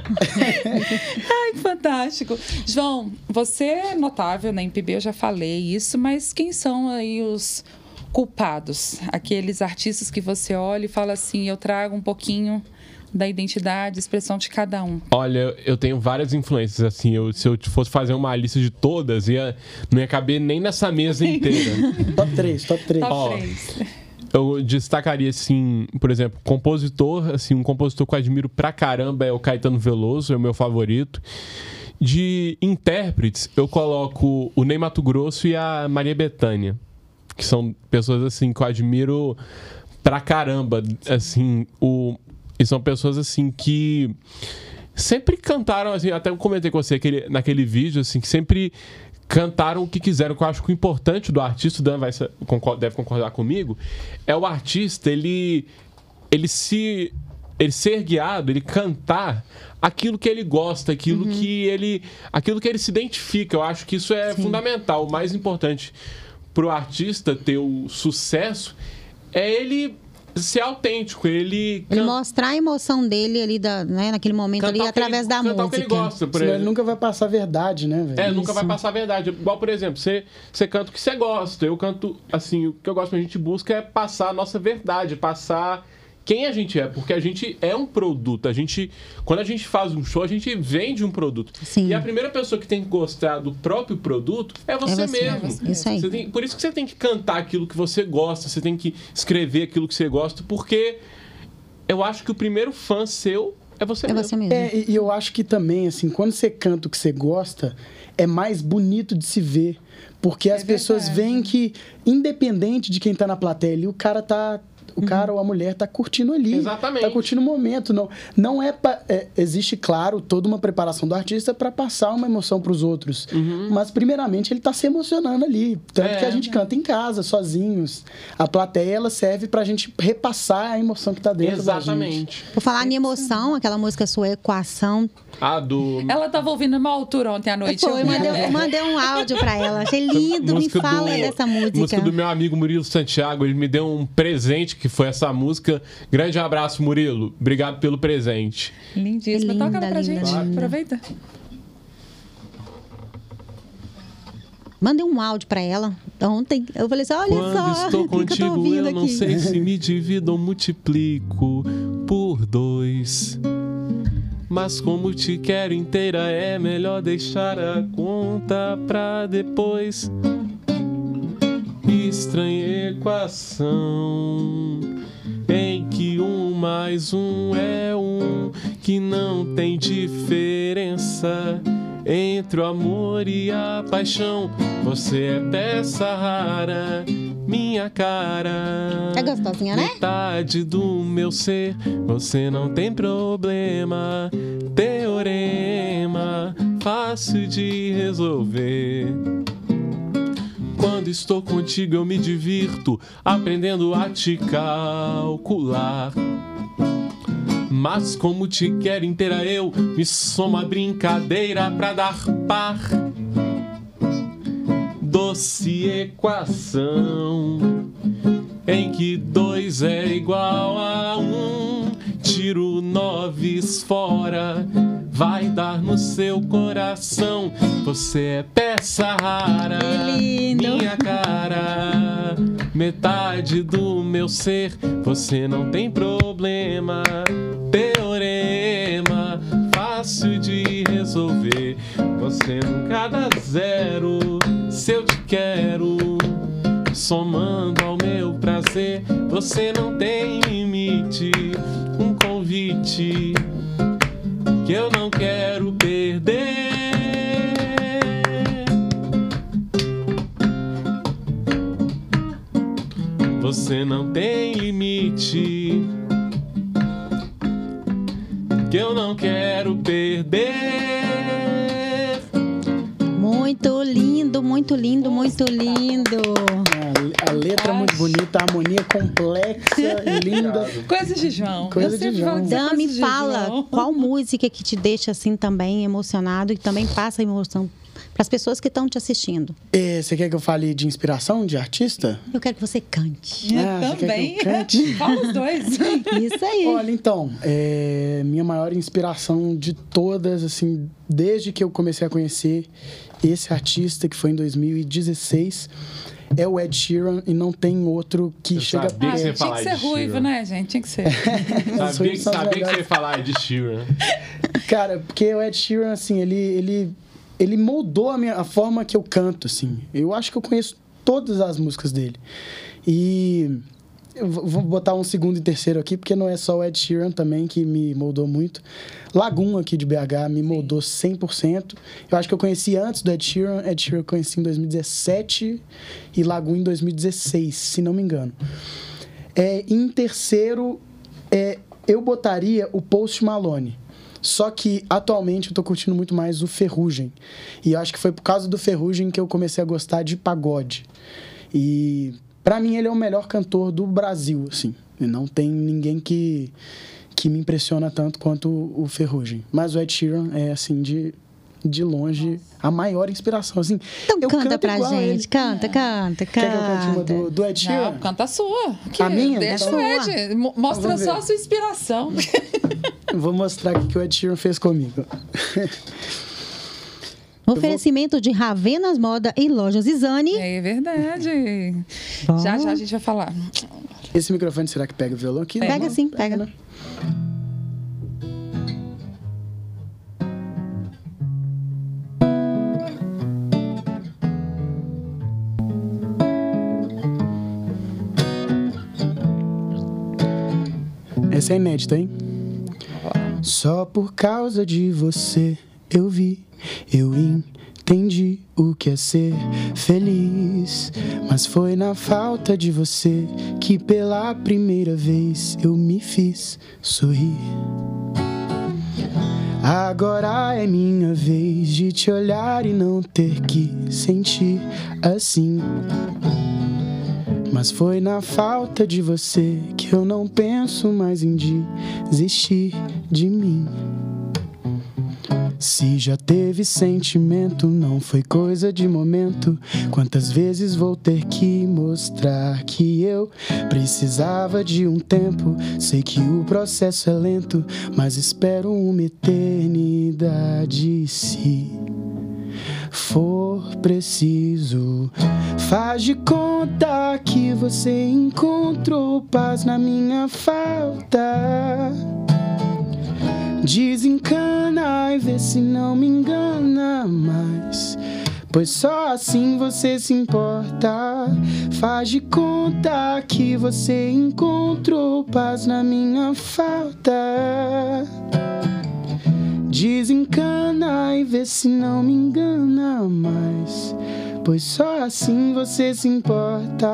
Ai, que fantástico. João, você é notável na M P B, eu já falei isso, mas quem são aí os culpados? Aqueles artistas que você olha e fala assim, eu trago um pouquinho da identidade, expressão de cada um. Olha, eu tenho várias influências, assim, eu, se eu fosse fazer uma lista de todas, ia, não ia caber nem nessa mesa inteira. Top três, top três. Top três. Eu destacaria, assim, por exemplo, compositor, assim, um compositor que eu admiro pra caramba é o Caetano Veloso, é o meu favorito. De intérpretes, eu coloco o Ney Matogrosso e a Maria Bethânia, que são pessoas, assim, que eu admiro pra caramba, assim, o... E são pessoas, assim, que sempre cantaram, assim, até eu comentei com você aquele, naquele vídeo, assim, que sempre cantaram o que quiseram, que eu acho que o importante do artista, o Dan vai, deve concordar comigo, é o artista, ele, ele se... ele ser guiado, ele cantar aquilo que ele gosta, aquilo, uhum. que, ele, aquilo que ele se identifica. Eu acho que isso é Sim. fundamental. O mais importante para o artista ter o sucesso é ele ser autêntico, ele... Ele mostrar a emoção dele ali, da, né, naquele momento ali, através ele, da música. O que ele gosta, por Senão ele nunca vai passar a verdade, né, velho? É, nunca vai passar a verdade. Igual, por exemplo, você, você canta o que você gosta. Eu canto, assim, o que eu gosto, a gente busca é passar a nossa verdade, passar quem a gente é, porque a gente é um produto. A gente, quando a gente faz um show, a gente vende um produto. Sim. E a primeira pessoa que tem que gostar do próprio produto é você, é você mesmo. É você. Isso aí. Você tem, por isso que você tem que cantar aquilo que você gosta, você tem que escrever aquilo que você gosta, porque eu acho que o primeiro fã seu é você é mesmo. Você mesmo. É, e eu acho que também, assim, quando você canta o que você gosta, é mais bonito de se ver. Porque é as verdade. pessoas veem que, independente de quem tá na plateia ali, o cara tá... O cara uhum. ou a mulher tá curtindo ali. Exatamente. Tá curtindo o momento. Não, não é, pra, é existe, claro, toda uma preparação do artista para passar uma emoção para os outros. Uhum. Mas, primeiramente, ele tá se emocionando ali. Tanto é. que a gente canta em casa, sozinhos. A plateia, ela serve pra gente repassar a emoção que tá dentro Exatamente. da gente. Por falar em emoção, aquela música Sua Equação... Ah, do... Ela tava ouvindo uma altura ontem à noite. Foi, eu mandei, eu mandei um áudio pra ela. Achei lindo, me fala do, dessa música. Música do meu amigo Murilo Santiago. Ele me deu um presente, que foi essa música. Grande abraço, Murilo. Obrigado pelo presente. Lindíssima. Linda, Toca ela pra linda, gente. linda. Aproveita. Mandei um áudio pra ela ontem. Eu falei assim, olha Quando só. Quando estou contigo, eu, eu não aqui. sei se me divido ou multiplico por dois. Mas como te quero inteira, é melhor deixar a conta pra depois. Estranha equação em que um mais um é um, que não tem diferença entre o amor e a paixão. Você é peça rara, minha cara. É gostosinha, né? Metade do meu ser, você não tem problema. Teorema, fácil de resolver. Quando estou contigo eu me divirto, aprendendo a te calcular. Mas como te quero inteira eu, me sou uma brincadeira pra dar par. Doce equação em que dois é igual a um. Tiro noves fora, vai dar no seu coração. Você é peça rara, minha cara. Metade do meu ser, você não tem problema. Teorema, fácil de resolver. Você nunca dá zero, se eu te quero. Somando ao meu prazer, você não tem limite. Um convite que eu não quero perder. Você não tem limite que eu não quero perder. Muito lindo, muito lindo, muito lindo. A letra muito bonita, a harmonia complexa e linda. Coisas de João. Coisa de João. Dan, me fala, qual música que te deixa assim também emocionado e também passa emoção para as pessoas que estão te assistindo? É, você quer que eu fale de inspiração, de artista? Eu quero que você cante. Ah, também. Você quer que eu cante? Fala os dois. Isso aí. Olha, então, é, minha maior inspiração de todas, assim, desde que eu comecei a conhecer esse artista, que foi em dois mil e dezesseis, é o Ed Sheeran, e não tem outro que Eu chega sabia que perto. você ia Tinha falar que ser Ed ruivo, Sheeran. né, gente? Tinha que ser. Sabia, que- São os sabia que você melhores. ia falar Ed Sheeran. Cara, porque o Ed Sheeran, assim, ele, ele, ele moldou a, minha, a forma que eu canto, assim. Eu acho que eu conheço todas as músicas dele. E eu vou botar um segundo e terceiro aqui, porque não é só o Ed Sheeran também que me moldou muito. Lagoon, aqui de B H, me moldou cem por cento. Eu acho que eu conheci antes do Ed Sheeran. Ed Sheeran eu conheci em dois mil e dezessete e Lagoon em dois mil e dezesseis, se não me engano. É, em terceiro, é, eu botaria o Post Malone. Só que, atualmente, eu tô curtindo muito mais o Ferrugem. E eu acho que foi por causa do Ferrugem que eu comecei a gostar de pagode. E, pra mim, ele é o melhor cantor do Brasil, assim. E não tem ninguém que, que me impressiona tanto quanto o, o Ferrugem. Mas o Ed Sheeran é, assim, de, de longe, Nossa. a maior inspiração. Assim, então eu canta canto pra igual gente. ele. Canta, canta, canta. Quer que eu cante uma do, do Ed Sheeran? Não, canta a sua. Que A minha? Deixa Então, o Ed. Mo- Mostra vamos só ver. a sua inspiração. Vou mostrar o que o Ed Sheeran fez comigo. Oferecimento de Ravenas Moda e Lojas Izani. É verdade. Bom. Já já a gente vai falar. Esse microfone, será que pega o violão aqui? Pega Não? sim, pega. né? Essa é inédita, hein? Só por causa de você eu vi, eu entendi o que é ser feliz. Mas foi na falta de você que pela primeira vez eu me fiz sorrir. Agora é minha vez de te olhar e não ter que sentir assim. Mas foi na falta de você que eu não penso mais em desistir de mim. Se já teve sentimento, não foi coisa de momento. Quantas vezes vou ter que mostrar que eu precisava de um tempo? Sei que o processo é lento, mas espero uma eternidade se for preciso. Faz de conta que você encontrou paz na minha falta. Desencana e vê se não me engana mais, pois só assim você se importa. Faz de conta que você encontrou paz na minha falta. Desencana e vê se não me engana mais, pois só assim você se importa.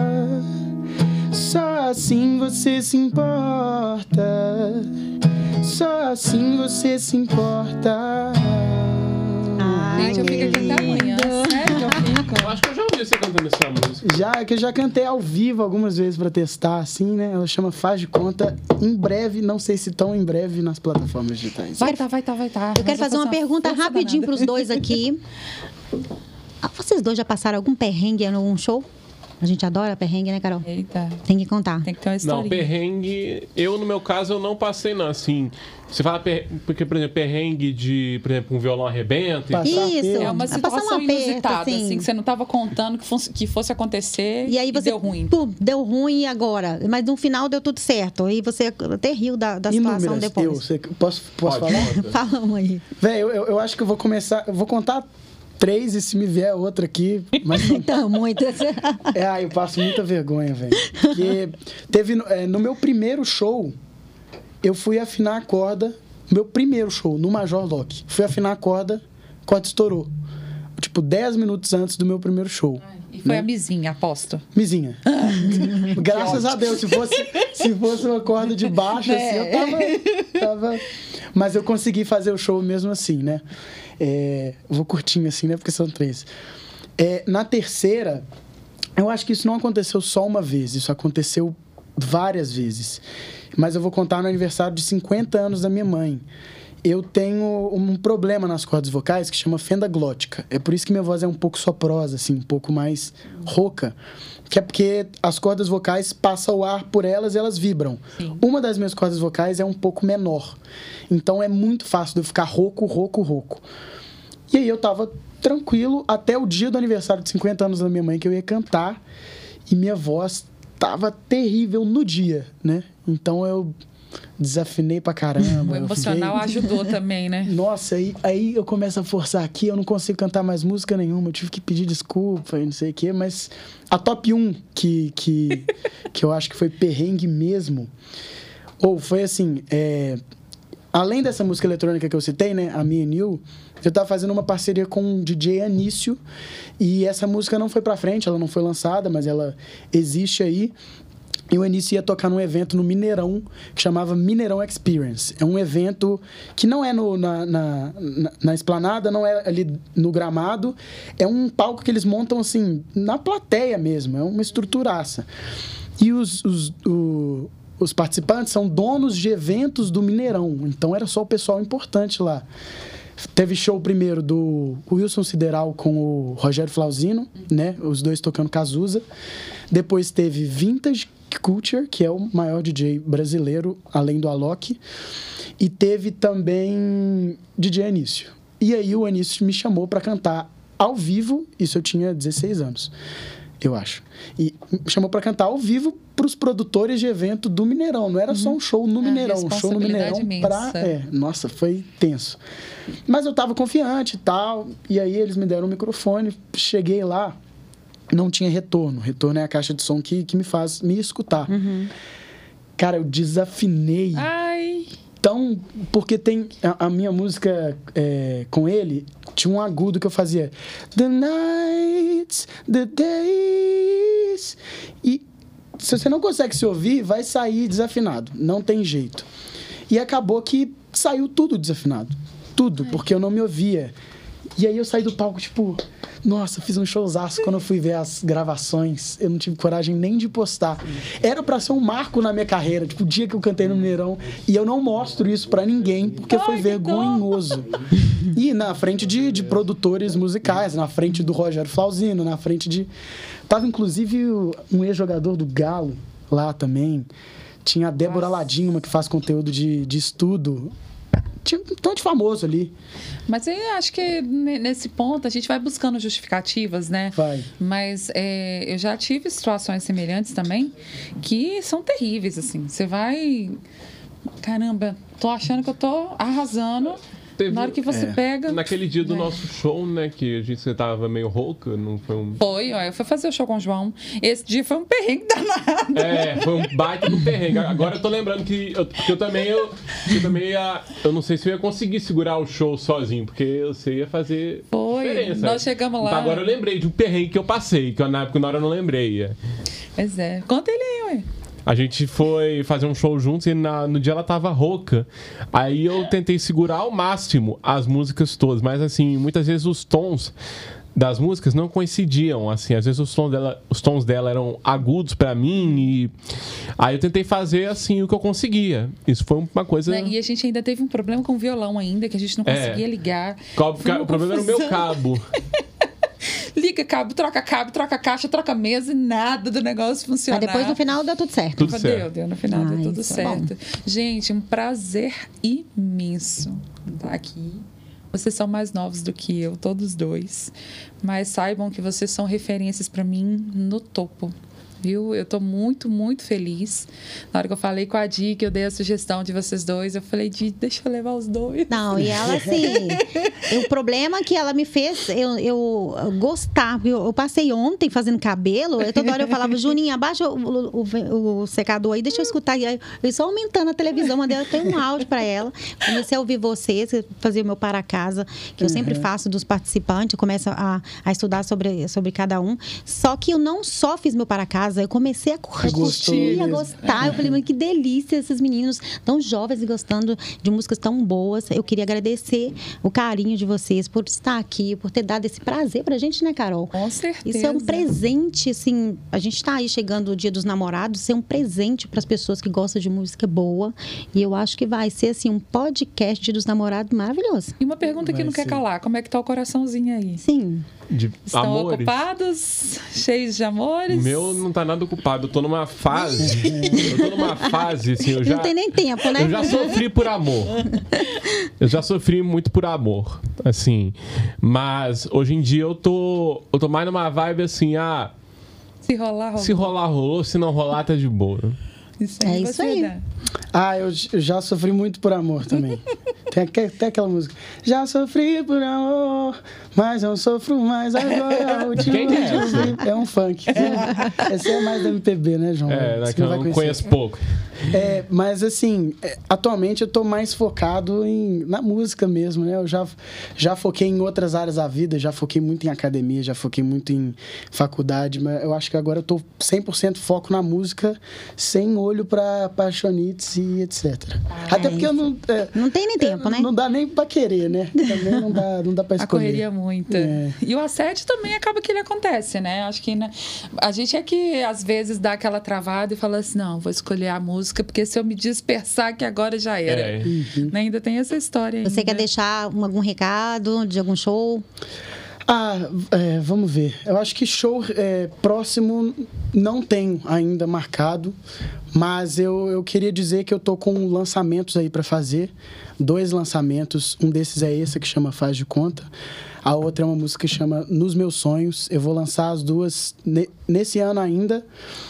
Só assim você se importa. Só assim você se importa. Ai, Gente, eu fico aqui até amanhã. Sério, eu fico. Eu acho que eu já ouvi você cantando essa música. Já, que eu já cantei ao vivo algumas vezes pra testar, assim, né? Ela chama Faz de Conta. Em breve, não sei se tão em breve nas plataformas digitais. Vai tá, vai tá, vai tá. Eu quero fazer uma pergunta rapidinho para os dois aqui. Ah, vocês dois já passaram algum perrengue em algum show? A gente adora perrengue, né, Carol? Eita. Tem que contar. Tem que ter uma história. Não, perrengue... Eu, no meu caso, eu não passei, não. Assim, você fala... Per... Porque, por exemplo, perrengue de... Por exemplo, um violão arrebenta. Passar Isso. aperto. É uma Vai passar um situação aperto, inusitada, assim. assim, que você não estava contando que fosse, que fosse acontecer E aí você deu ruim. Pum, deu ruim agora, mas no final deu tudo certo. E você até riu da, da situação Inúmeras. depois. Eu, você, posso posso Pode, falar? conta. Fala uma aí. Velho, eu, eu acho que eu vou começar... Eu vou contar três e se me vier outra aqui... Mas não. Então, muito. É, ah, eu passo muita vergonha, velho. Porque teve... É, no meu primeiro show, eu fui afinar a corda... Meu primeiro show, no Major Lock. Fui afinar a corda, a corda estourou. Tipo, dez minutos antes do meu primeiro show. E foi né? a Mizinha, aposto. Mizinha. Graças a Deus. Se fosse, se fosse uma corda de baixo, É. assim, eu tava, tava... Mas eu consegui fazer o show mesmo assim, né? É, vou curtinho assim, né? Porque são três. É, na terceira, Eu acho que isso não aconteceu só uma vez, isso aconteceu várias vezes. Mas eu vou contar no aniversário de cinquenta anos da minha mãe. Eu tenho um problema nas cordas vocais que chama fenda glótica. É por isso que minha voz é um pouco soprosa, assim, um pouco mais rouca. Que é porque as cordas vocais passam o ar por elas e elas vibram. Sim. Uma das minhas cordas vocais é um pouco menor. Então é muito fácil de eu ficar rouco, rouco, rouco. E aí eu tava tranquilo até o dia do aniversário de cinquenta anos da minha mãe, que eu ia cantar. E minha voz tava terrível no dia, né? Então eu desafinei pra caramba. O emocional fiquei... ajudou também, né? Nossa, aí, aí eu começo a forçar aqui, eu não consigo cantar mais música nenhuma, eu tive que pedir desculpa e não sei o quê, mas a top um que, que, que eu acho que foi perrengue mesmo, ou foi assim, é... além dessa música eletrônica que eu citei, né, a Me and You, eu tava fazendo uma parceria com o D J Anício, e essa música não foi pra frente, ela não foi lançada, mas ela existe aí. E o Anício ia tocar num evento no Mineirão, que chamava Mineirão Experience. É um evento que não é no, na, na, na, na esplanada, não é ali no gramado. É um palco que eles montam, assim, na plateia mesmo. É uma estruturaça. E os, os, o, os participantes são donos de eventos do Mineirão. Então, era só o pessoal importante lá. Teve show primeiro do Wilson Sideral com o Rogério Flauzino, né? Os dois tocando Cazuza. Depois teve Vintage Culture, que é o maior D J brasileiro, além do Alok. E teve também D J Anício. E aí o Anício me chamou para cantar ao vivo, isso eu tinha dezesseis anos, eu acho. E me chamou para cantar ao vivo para os produtores de evento do Mineirão. Não era uhum. só um show no Mineirão, um show no Mineirão pra... É, nossa, foi tenso. Mas eu tava confiante e tal, e aí eles me deram o microfone, cheguei lá, não tinha retorno. Retorno é a caixa de som que, que me faz me escutar. Uhum. Cara, eu desafinei. Ai... Então, porque tem a, a minha música é, com ele, tinha um agudo que eu fazia. The nights, the days. E se você não consegue se ouvir, vai sair desafinado. Não tem jeito. E acabou que saiu tudo desafinado. Tudo, porque eu não me ouvia. E aí eu saí do palco, tipo... Nossa, fiz um showzaço. Quando eu fui ver as gravações, eu não tive coragem nem de postar. Era pra ser um marco na minha carreira, tipo, o dia que eu cantei no Mineirão. E eu não mostro isso pra ninguém, porque foi vergonhoso. E na frente de, de produtores musicais, na frente do Rogério Flauzino, na frente de... Tava, inclusive, um ex-jogador do Galo lá também. Tinha a Débora Ladinho, uma que faz conteúdo de, de estudo. Tinha um tanto de famoso ali. Mas eu acho que nesse ponto a gente vai buscando justificativas, né? Vai. Mas é, eu já tive situações semelhantes também que são terríveis, assim. Você vai... Caramba, tô achando que eu tô arrasando... Teve, na hora que você é. pega... Naquele dia do é. nosso show, né? Que a gente você tava meio rouca, não foi um... Foi, ó, eu fui fazer o show com o João. Esse dia foi um perrengue danado. É, foi um baita do perrengue. Agora eu tô lembrando que eu, que eu também... Eu, eu também ia... Eu não sei se eu ia conseguir segurar o show sozinho, porque você ia fazer foi, diferença. Nós chegamos lá... Então, agora eu lembrei de um perrengue que eu passei, que eu, na época na hora eu não lembrei. Pois é. Conta ele aí, ué. A gente foi fazer um show juntos e na, no dia ela tava rouca. Aí eu tentei segurar ao máximo as músicas todas. Mas, assim, muitas vezes os tons das músicas não coincidiam. Assim, às vezes os tons dela, os tons dela eram agudos pra mim. E aí eu tentei fazer, assim, o que eu conseguia. Isso foi uma coisa... E a gente ainda teve um problema com o violão ainda, que a gente não conseguia é. ligar. O problema era o meu cabo. Liga cabo, troca cabo, troca caixa, troca mesa e nada do negócio funcionar. Mas depois no final deu tudo certo. Tudo deu, certo. Deu, no final ah, deu tudo certo. É gente, um prazer imenso estar aqui. Vocês são mais novos do que eu, todos dois. Mas saibam que vocês são referências para mim no topo. Viu? Eu tô muito, muito feliz. Na hora que eu falei com a Di, que eu dei a sugestão de vocês dois, eu falei, Di, deixa eu levar os dois. Não, e ela assim... o problema que ela me fez eu, eu gostar. Eu, eu passei ontem fazendo cabelo, eu, toda hora eu falava, Juninha, abaixa o, o, o secador aí, deixa eu escutar. E aí, eu só aumentando a televisão, mandei até um áudio para ela. Comecei a ouvir vocês, fazer o meu para casa, que eu uhum. sempre faço dos participantes, eu começo a, a estudar sobre, sobre cada um. Só que eu não só fiz meu para casa, casa, eu comecei a curtir, a gostar. Eu falei, mas que delícia esses meninos tão jovens e gostando de músicas tão boas. Eu queria agradecer o carinho de vocês por estar aqui, por ter dado esse prazer pra gente, né, Carol? Com certeza. Isso é um presente, assim, a gente tá aí chegando o Dia dos Namorados, ser um presente para as pessoas que gostam de música boa. E eu acho que vai ser, assim, um podcast Dia dos Namorados maravilhoso. E uma pergunta que vai não ser. quer calar, como é que tá o coraçãozinho aí? Sim. De Estão amores. ocupados? Cheios de amores? O meu não tá nada ocupado. Eu tô numa fase. eu tô numa fase, assim, eu já. Não tem nem tempo, né? Eu já sofri por amor. Eu já sofri muito por amor. Assim. Mas hoje em dia eu tô. Eu tô mais numa vibe assim, ah. Se rolar, rolou. Se rolar, rolou. Se não rolar, tá de boa. Isso É aí, isso você, aí. né? Ah, eu j- já sofri muito por amor também. Tem aque- até aquela música. Já sofri por amor, mas não sofro mais agora. A última Quem que é vez essa? eu vi- É um funk. Esse é mais da M P B, né, João? É, Você né, que eu vai não conhecer. conheço pouco. É, mas assim, é, atualmente eu tô mais focado em, na música mesmo, né? Eu já, já foquei em outras áreas da vida, já foquei muito em academia, já foquei muito em faculdade, mas eu acho que agora eu tô cem por cento foco na música, sem olho pra paixonites e etcétera. Ah, Até porque eu não... é, Não tem nem tempo, é, né? Não dá nem pra querer, né? Também não dá, não dá pra A escolher. correria é muita. É. E o assédio também acaba que ele acontece, né? Acho que né, a gente é que às vezes dá aquela travada e fala assim, não, vou escolher a música, porque se eu me dispersar que agora já era. É. Né? Ainda tem essa história ainda. Você quer deixar um- algum recado de algum show? Ah, é, vamos ver. Eu acho que show é, próximo não tenho ainda marcado, mas eu, eu queria dizer que eu tô com lançamentos aí para fazer. Dois lançamentos. Um desses é esse que chama Faz de Conta. A outra é uma música que chama Nos Meus Sonhos. Eu vou lançar as duas ne- nesse ano ainda.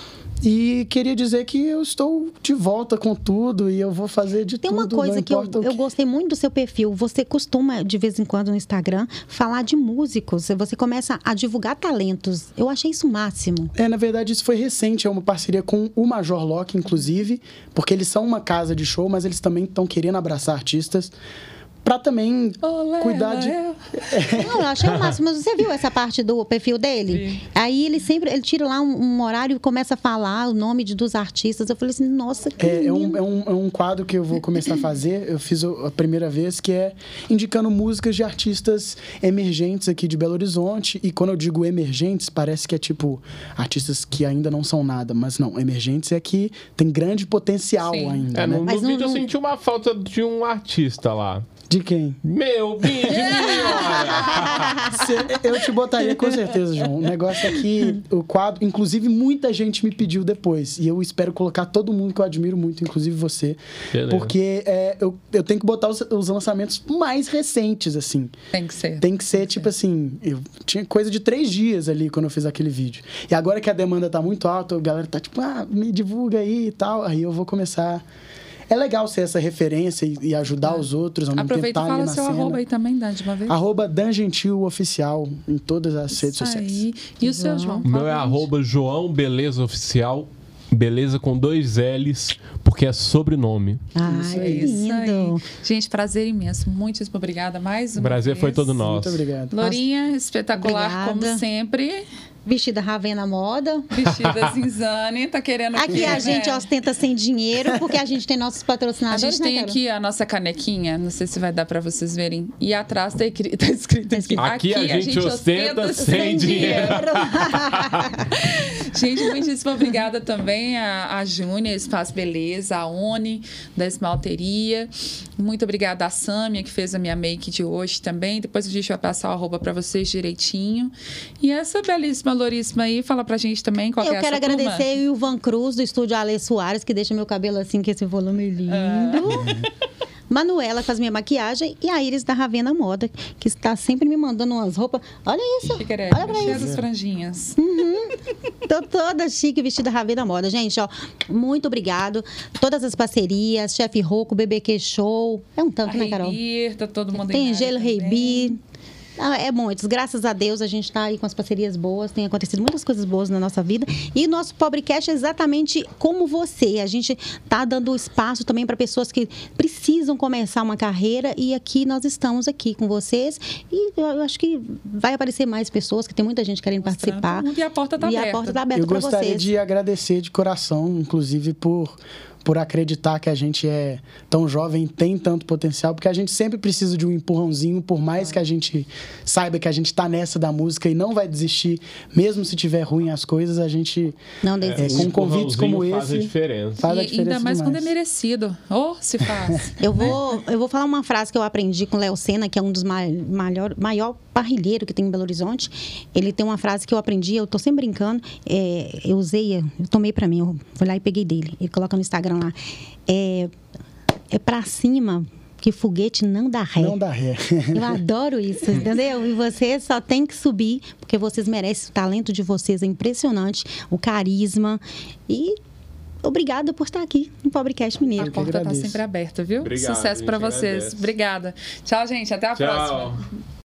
E queria dizer que eu estou de volta com tudo e eu vou fazer de Tem tudo. uma coisa não que eu, importa o eu gostei muito do seu perfil. Você costuma, de vez em quando, no Instagram, falar de músicos. Você começa a divulgar talentos. Eu achei isso o máximo. É, na verdade, isso foi recente. É uma parceria com o Major Lock, inclusive, porque eles são uma casa de show, mas eles também estão querendo abraçar artistas para também Olé, cuidar de... olé. Não, eu achei o máximo. Mas você viu essa parte do perfil dele? Sim. Aí ele sempre, ele tira lá um, um horário e começa a falar o nome de, dos artistas. Eu falei assim, nossa, que É, é, um, menino. é, um, é um quadro que eu vou começar a fazer. Eu fiz a primeira vez, que é indicando músicas de artistas emergentes aqui de Belo Horizonte. E quando eu digo emergentes, parece que é tipo artistas que ainda não são nada. Mas não, emergentes é que tem grande potencial Sim. ainda, É, né? no, Mas no não- vídeo não- eu senti uma falta de um artista lá. De quem? Meu, Bim, de mim, olha. Cê- Eu te botaria com certeza, João. O negócio é que o quadro, inclusive muita gente me pediu depois. E eu espero colocar todo mundo que eu admiro muito, inclusive você. Beleza. Porque é, eu, eu tenho que botar os, os lançamentos mais recentes, assim. Tem que ser. Tem que ser, tipo assim, eu tinha coisa de três dias ali quando eu fiz aquele vídeo. E agora que a demanda tá muito alta, a galera tá tipo, ah, me divulga aí e tal. Aí eu vou começar. É legal ser essa referência e, e ajudar os outros ao mesmo tempo Aproveita tá e ali fala na seu cena. arroba aí também, Dan, de uma vez. Arroba Dan Gentil Oficial em todas as redes Isso sociais. aí. E o seu, João? O meu Fala é pra gente. arroba João Beleza Oficial. Beleza com dois L's, porque é sobrenome. Ai, Isso que aí. Isso aí. lindo. Gente, prazer imenso. Muitíssimo obrigada mais O uma prazer vez. foi todo Muito nosso. obrigado. Lourinha, espetacular Obrigada. como sempre. Vestida Ravena Moda. Vestida Zinzane, tá querendo Aqui quê, a gente né? ostenta sem dinheiro, porque a gente tem nossos A patrocinadores. gente né, tem Carol? aqui a nossa canequinha, não sei se vai dar pra vocês verem. E atrás tá, escri- tá escrito aqui. Aqui a gente ostenta sem dinheiro. Gente, muitíssimo obrigada também a, a Júnia, Espaço Beleza, a Oni, da Esmalteria. Muito obrigada a Sâmia, que fez a minha make de hoje também. Depois a gente vai passar o arroba pra vocês direitinho. E essa belíssima Louríssima aí, fala pra gente também qual que Eu é quero essa turma. agradecer o Ivan Cruz, do estúdio Ale Soares, que deixa meu cabelo assim, com esse volume lindo. Manuela, que faz minha maquiagem. E a Iris, da Ravena Moda, que está sempre me mandando umas roupas. Olha isso. Chiqueré, Olha pra cheia isso. das franjinhas. Tô toda chique, vestida Ravena Moda. Gente, ó, muito obrigado. Todas as parcerias, Chefe Roco, B B Q Show. É um tanto, A né, Carol? Reibir, tá todo mundo em Tem área Gelo também. Reibir. É muitos. Graças a Deus, a gente está aí com as parcerias boas, tem acontecido muitas coisas boas na nossa vida. E o nosso Pobrecast é exatamente como você. A gente está dando espaço também para pessoas que precisam começar uma carreira e aqui nós estamos aqui com vocês. E eu acho que vai aparecer mais pessoas, que tem muita gente querendo Mostrando participar. E a porta está aberta. E a porta está aberta para vocês. Eu gostaria de agradecer de coração, inclusive, por... por acreditar que a gente é tão jovem, tem tanto potencial, porque a gente sempre precisa de um empurrãozinho, por mais que a gente saiba que a gente está nessa da música e não vai desistir, mesmo se tiver ruim as coisas, a gente, não é, com convites como esse, faz a diferença. Faz a e diferença ainda mais demais. quando é merecido. Oh, se faz. eu, vou, eu vou falar uma frase que eu aprendi com o Léo Sena, que é um dos maior, maior parrilheiro que tem em Belo Horizonte. Ele tem uma frase que eu aprendi, eu tô sempre brincando, é, eu usei, eu tomei para mim, eu fui lá e peguei dele. Ele coloca no Instagram lá, é, é pra cima que foguete não dá ré. Não dá ré. Eu adoro isso, entendeu? E vocês só tem que subir, porque vocês merecem, o talento de vocês é impressionante, o carisma. E obrigada por estar aqui no Pobrecast Mineiro. A porta está sempre aberta, viu? Obrigado, Sucesso para vocês. agradece. Obrigada. Tchau, gente. Até a Tchau. próxima.